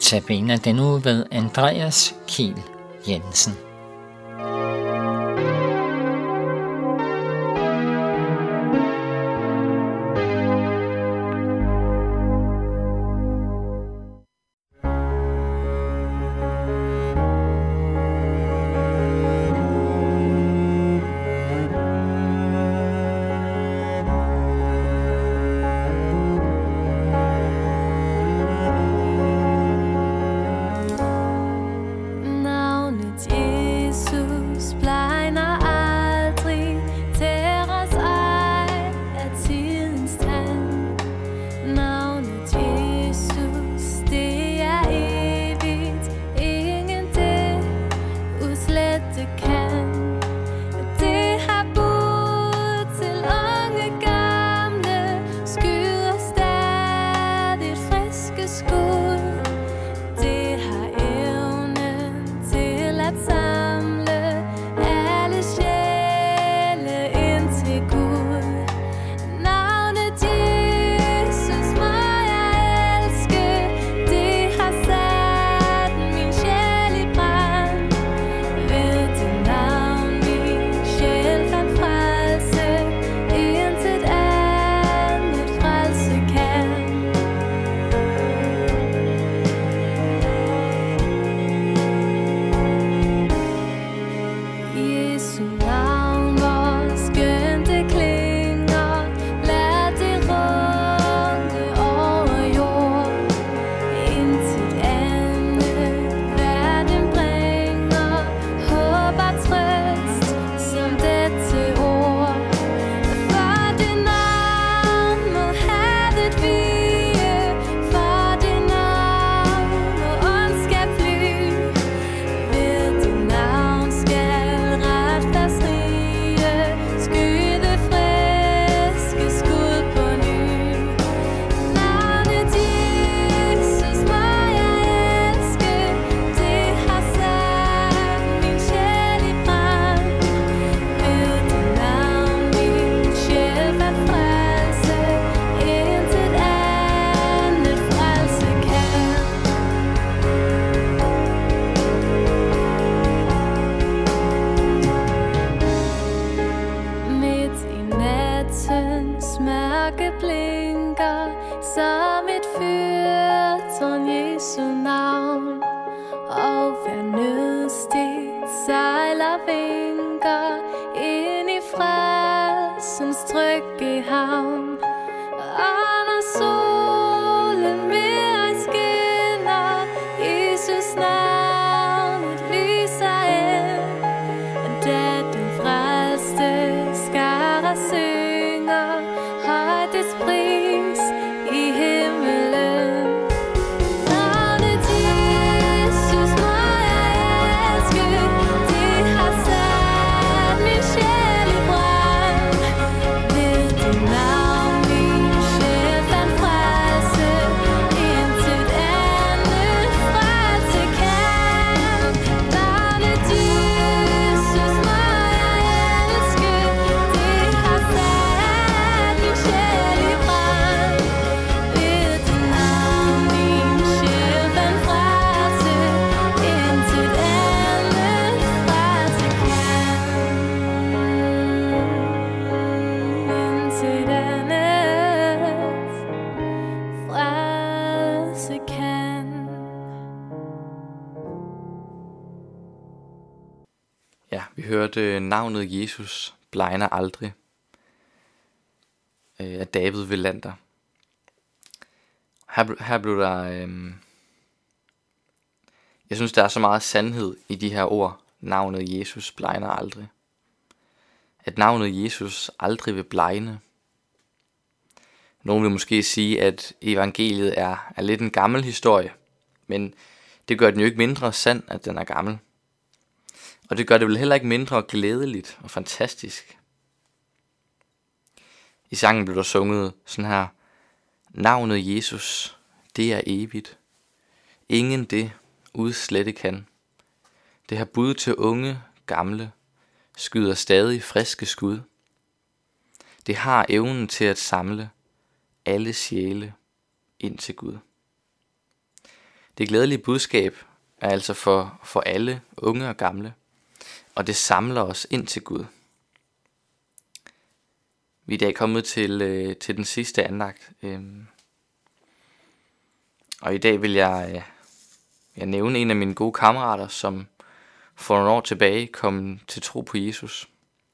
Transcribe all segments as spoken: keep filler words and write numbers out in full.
Tabiner den uge ved Andreas Kiel Jensen. Mørke blinker som et fyrtårn, Jesu navn. Og hver nødstigt sejler vinker ind i frelsens trygge havn. Og når solen mere skinner, Jesus navnet lyser ind. Da den frelste skare synger højt dets pris i himmelen. Navnet Jesus må jeg elske, det har sat min sjæl i brand. Ved dit navn min sjæl fandt frelse, intet andet frelse kan. Navnet Jesus må jeg elske, det har sat min sjæl i brand. Ved dit navn min sjæl fandt frelse, intet andet frelse kan. Intet andet frelse kan. Ja, vi hørte navnet Jesus blegner aldrig øh, af David Velander. Her, ble- her blev der... Øh, jeg synes, der er så meget sandhed i de her ord. Navnet Jesus blegner aldrig. At navnet Jesus aldrig vil blegne. Nogle vil måske sige, at evangeliet er, er lidt en gammel historie. Men det gør den jo ikke mindre sand, at den er gammel. Og det gør det vel heller ikke mindre glædeligt og fantastisk. I sangen blev der sunget sådan her: navnet Jesus, det er evigt. Ingen det udslette kan. Det har bud til unge, gamle, skyder stadig friske skud. Det har evnen til at samle alle sjæle ind til Gud. Det glædelige budskab er altså for, for alle, unge og gamle, og det samler os ind til Gud. Vi er i dag kommet til, øh, til den sidste andagt, øh, og i dag vil jeg, øh, jeg nævne en af mine gode kammerater, som for nogle år tilbage kom til tro på Jesus.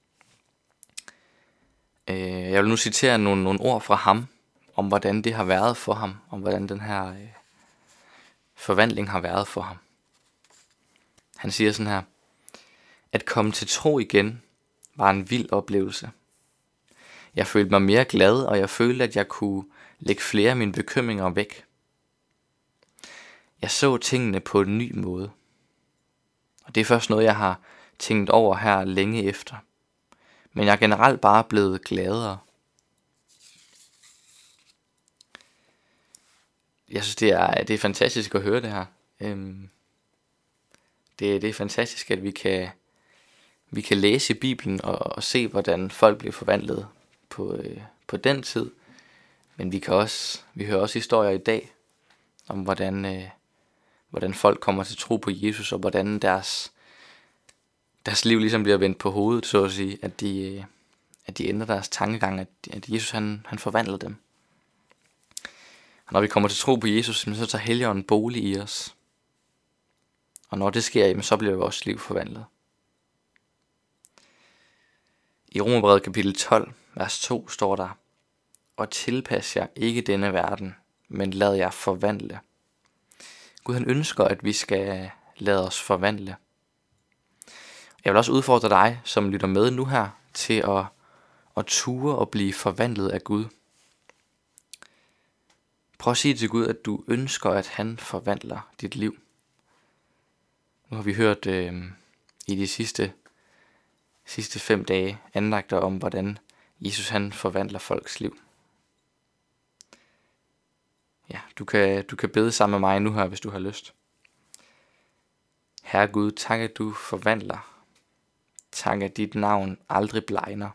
Øh, jeg vil nu citere nogle, nogle ord fra ham, om hvordan det har været for ham, om hvordan den her øh, forvandling har været for ham. Han siger sådan her: at komme til tro igen var en vild oplevelse. Jeg følte mig mere glad, og jeg følte, at jeg kunne lægge flere af mine bekymringer væk. Jeg så tingene på en ny måde. Og det er først noget, jeg har tænkt over her længe efter. Men jeg er generelt bare blevet gladere. Jeg synes, det er, det er fantastisk at høre det her. Øhm, det, det er fantastisk, at vi kan, vi kan læse i Bibelen og, og se, hvordan folk bliver forvandlet på, øh, på den tid. Men vi kan også, vi hører også historier i dag om, hvordan, øh, hvordan folk kommer til tro på Jesus, og hvordan deres, deres liv ligesom bliver vendt på hovedet, så at sige, at de, øh, at de ændrer deres tankegang, at, at Jesus han, han forvandler dem. Og når vi kommer til tro på Jesus, så tager Helligånden bolig i os. Og når det sker, så bliver vores liv forvandlet. I Romerbrevet kapitel tolv, vers to står der: og tilpas jer ikke denne verden, men lad jer forvandle. Gud han ønsker, at vi skal lade os forvandle. Jeg vil også udfordre dig, som lytter med nu her, til at, at ture og blive forvandlet af Gud. Prøv at sige til Gud, at du ønsker, at han forvandler dit liv. Nu har vi hørt øh, i de sidste, sidste fem dage andagter om, hvordan Jesus han forvandler folks liv. Ja, du kan, du kan bede sammen med mig nu her, hvis du har lyst. Herre Gud, tak at du forvandler. Tak at dit navn aldrig blegner.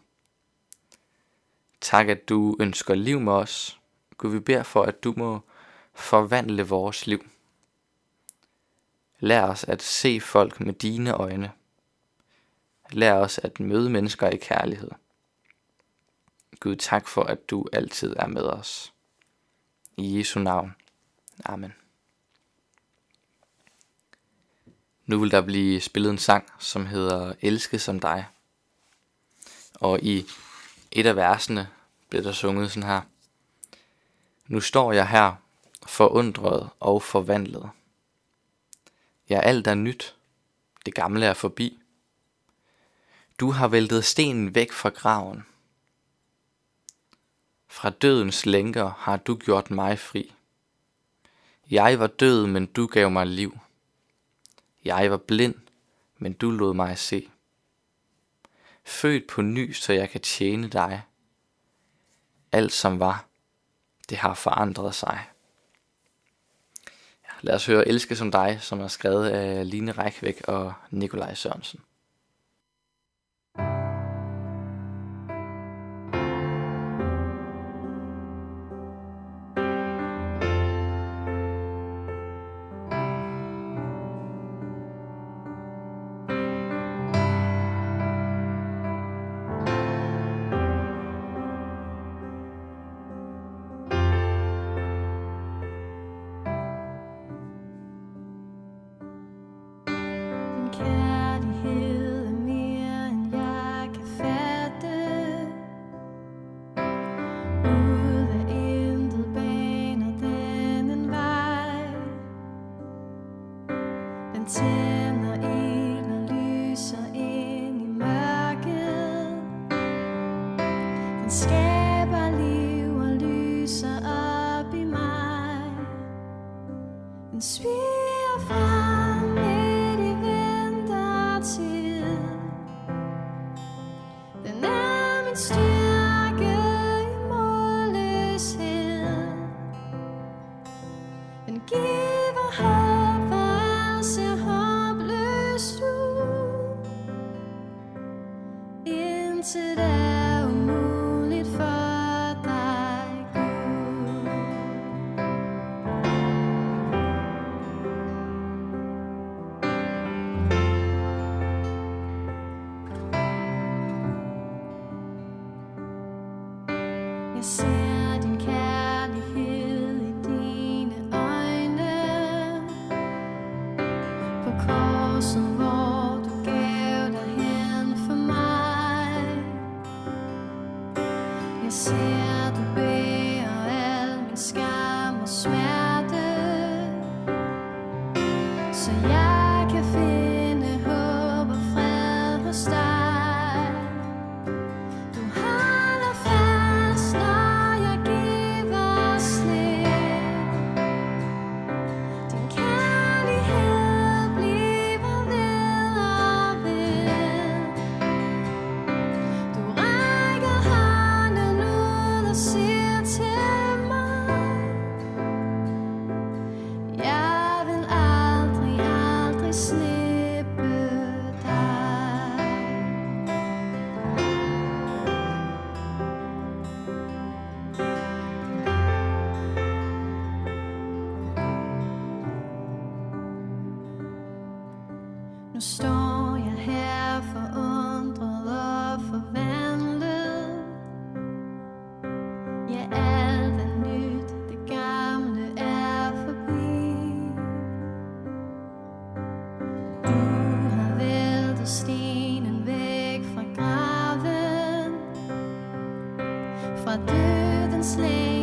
Tak at du ønsker liv med os. Gud, vi beder for, at du må forvandle vores liv. Lær os at se folk med dine øjne. Lær os at møde mennesker i kærlighed. Gud, tak for, at du altid er med os. I Jesu navn. Amen. Nu vil der blive spillet en sang, som hedder Elske som dig. Og i et af versene bliver der sunget sådan her: nu står jeg her, forundret og forvandlet. Ja, alt er nyt, det gamle er forbi. Du har væltet stenen væk fra graven. Fra dødens lænker har du gjort mig fri. Jeg var død, men du gav mig liv. Jeg var blind, men du lod mig se. Født på ny, så jeg kan tjene dig. Alt som var, det har forandret sig. Ja, lad os høre Elske som dig, som er skrevet af Line Rækvæk og Nikolaj Sørensen. Kærlighed er mere end jeg kan fatte. Ud af intet baner den en vej. Den tænder ild og lyser ind i mørket. Den skaber liv og lyser op i mig. Den sviger frem midt i vintertid. Den er min styrke i målløshed. Den giver håb, hvor alt ser håbløst ud. Intet er umuligt for dig, Gud. Jeg ser din kærlighed i dine øjne, på korset, hvor du gav dig hen for mig. Jeg ser, du bærer al min skam og smerte, så jeg kan finde håb og fred hos dig. Du holder fast, når jeg giver slip. Din kærlighed bliver ved og ved. Du rækker hånden ud og siger til mig, jeg vil aldrig, aldrig slippe dig. Nu står jeg her forundret og forvandlet. Ja, alt er nyt, det gamle er forbi. Du har væltet stenen væk fra graven, fra dødens læge.